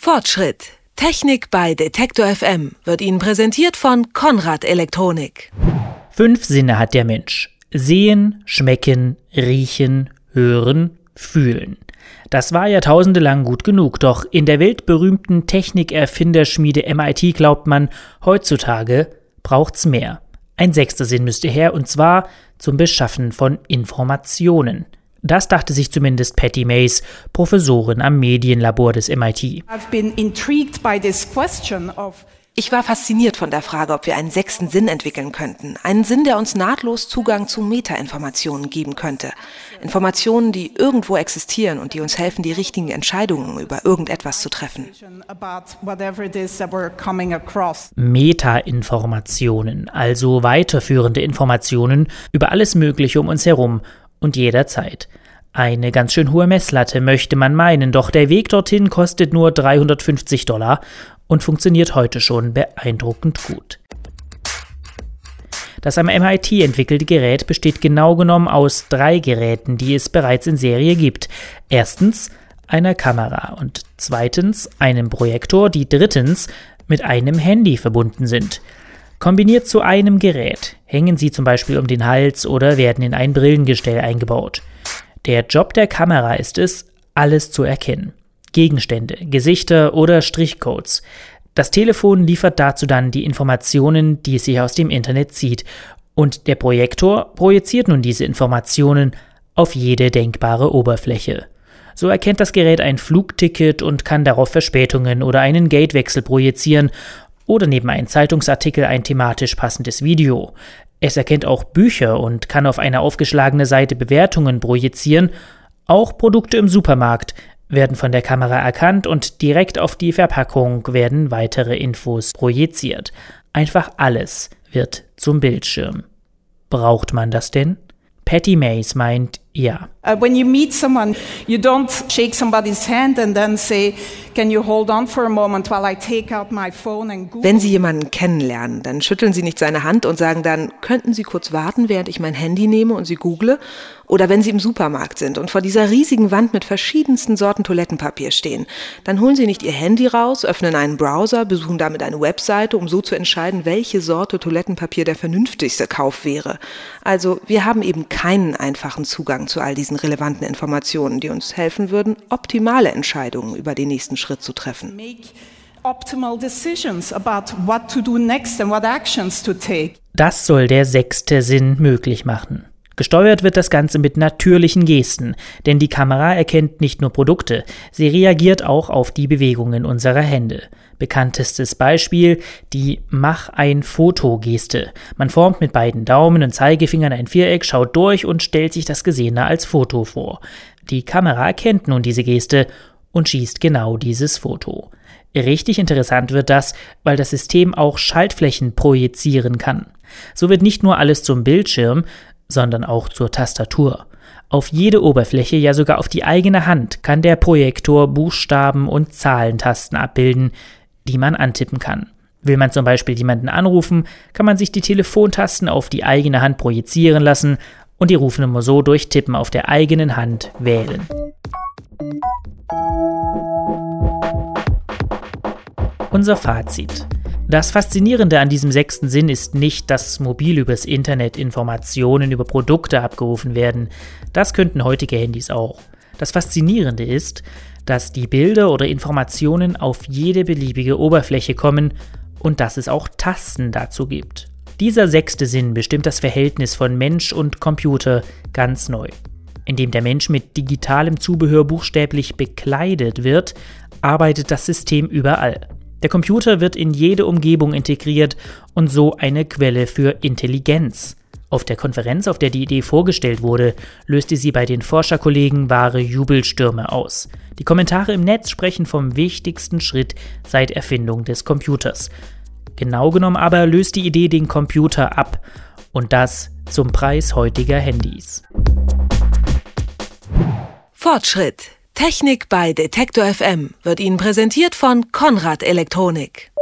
Fortschritt. Technik bei Detektor FM wird Ihnen präsentiert von Konrad Elektronik. 5 Sinne hat der Mensch. Sehen, schmecken, riechen, hören, fühlen. Das war jahrtausendelang gut genug, doch in der weltberühmten Technikerfinderschmiede MIT glaubt man, heutzutage braucht's mehr. Ein 6. Sinn müsste her, und zwar zum Beschaffen von Informationen. Das dachte sich zumindest Patty Mays, Professorin am Medienlabor des MIT. Ich war fasziniert von der Frage, ob wir einen 6. Sinn entwickeln könnten. Einen Sinn, der uns nahtlos Zugang zu Metainformationen geben könnte. Informationen, die irgendwo existieren und die uns helfen, die richtigen Entscheidungen über irgendetwas zu treffen. Metainformationen, also weiterführende Informationen über alles Mögliche um uns herum und jederzeit. Eine ganz schön hohe Messlatte, möchte man meinen, doch der Weg dorthin kostet nur $350 und funktioniert heute schon beeindruckend gut. Das am MIT entwickelte Gerät besteht genau genommen aus 3 Geräten, die es bereits in Serie gibt. Erstens einer Kamera und zweitens einem Projektor, die drittens mit einem Handy verbunden sind. Kombiniert zu einem Gerät hängen sie zum Beispiel um den Hals oder werden in ein Brillengestell eingebaut. Der Job der Kamera ist es, alles zu erkennen. Gegenstände, Gesichter oder Strichcodes. Das Telefon liefert dazu dann die Informationen, die es sich aus dem Internet zieht. Und der Projektor projiziert nun diese Informationen auf jede denkbare Oberfläche. So erkennt das Gerät ein Flugticket und kann darauf Verspätungen oder einen Gatewechsel projizieren oder neben einen Zeitungsartikel ein thematisch passendes Video. Es erkennt auch Bücher und kann auf eine aufgeschlagene Seite Bewertungen projizieren. Auch Produkte im Supermarkt werden von der Kamera erkannt und direkt auf die Verpackung werden weitere Infos projiziert. Einfach alles wird zum Bildschirm. Braucht man das denn? Patty Mays meint, ja. When you meet someone, you don't shake somebody's hand and then say, can you hold on for a moment while I take out my phone and Google? Wenn Sie jemanden kennenlernen, dann schütteln Sie nicht seine Hand und sagen dann, könnten Sie kurz warten, während ich mein Handy nehme und Sie google? Oder wenn Sie im Supermarkt sind und vor dieser riesigen Wand mit verschiedensten Sorten Toilettenpapier stehen, dann holen Sie nicht Ihr Handy raus, öffnen einen Browser, besuchen damit eine Webseite, um so zu entscheiden, welche Sorte Toilettenpapier der vernünftigste Kauf wäre. Also wir haben eben keinen einfachen Zugang zu all diesen relevanten Informationen, die uns helfen würden, optimale Entscheidungen über den nächsten Schritt zu treffen. Optimal decisions about what to do next and what actions to take. Das soll der 6. Sinn möglich machen. Gesteuert wird das Ganze mit natürlichen Gesten, denn die Kamera erkennt nicht nur Produkte, sie reagiert auch auf die Bewegungen unserer Hände. Bekanntestes Beispiel, die Mach-ein-Foto-Geste. Man formt mit beiden Daumen und Zeigefingern ein Viereck, schaut durch und stellt sich das Gesehene als Foto vor. Die Kamera erkennt nun diese Geste und schießt genau dieses Foto. Richtig interessant wird das, weil das System auch Schaltflächen projizieren kann. So wird nicht nur alles zum Bildschirm, sondern auch zur Tastatur. Auf jede Oberfläche, ja sogar auf die eigene Hand, kann der Projektor Buchstaben und Zahlentasten abbilden, die man antippen kann. Will man zum Beispiel jemanden anrufen, kann man sich die Telefontasten auf die eigene Hand projizieren lassen und die Rufnummer so durch Tippen auf der eigenen Hand wählen. Unser Fazit. Das Faszinierende an diesem 6. Sinn ist nicht, dass mobil übers Internet Informationen über Produkte abgerufen werden. Das könnten heutige Handys auch. Das Faszinierende ist, dass die Bilder oder Informationen auf jede beliebige Oberfläche kommen und dass es auch Tasten dazu gibt. Dieser 6. Sinn bestimmt das Verhältnis von Mensch und Computer ganz neu. Indem der Mensch mit digitalem Zubehör buchstäblich bekleidet wird, arbeitet das System überall. Der Computer wird in jede Umgebung integriert und so eine Quelle für Intelligenz. Auf der Konferenz, auf der die Idee vorgestellt wurde, löste sie bei den Forscherkollegen wahre Jubelstürme aus. Die Kommentare im Netz sprechen vom wichtigsten Schritt seit Erfindung des Computers. Genau genommen aber löst die Idee den Computer ab und das zum Preis heutiger Handys. Fortschritt. Technik bei Detektor FM wird Ihnen präsentiert von Konrad Elektronik.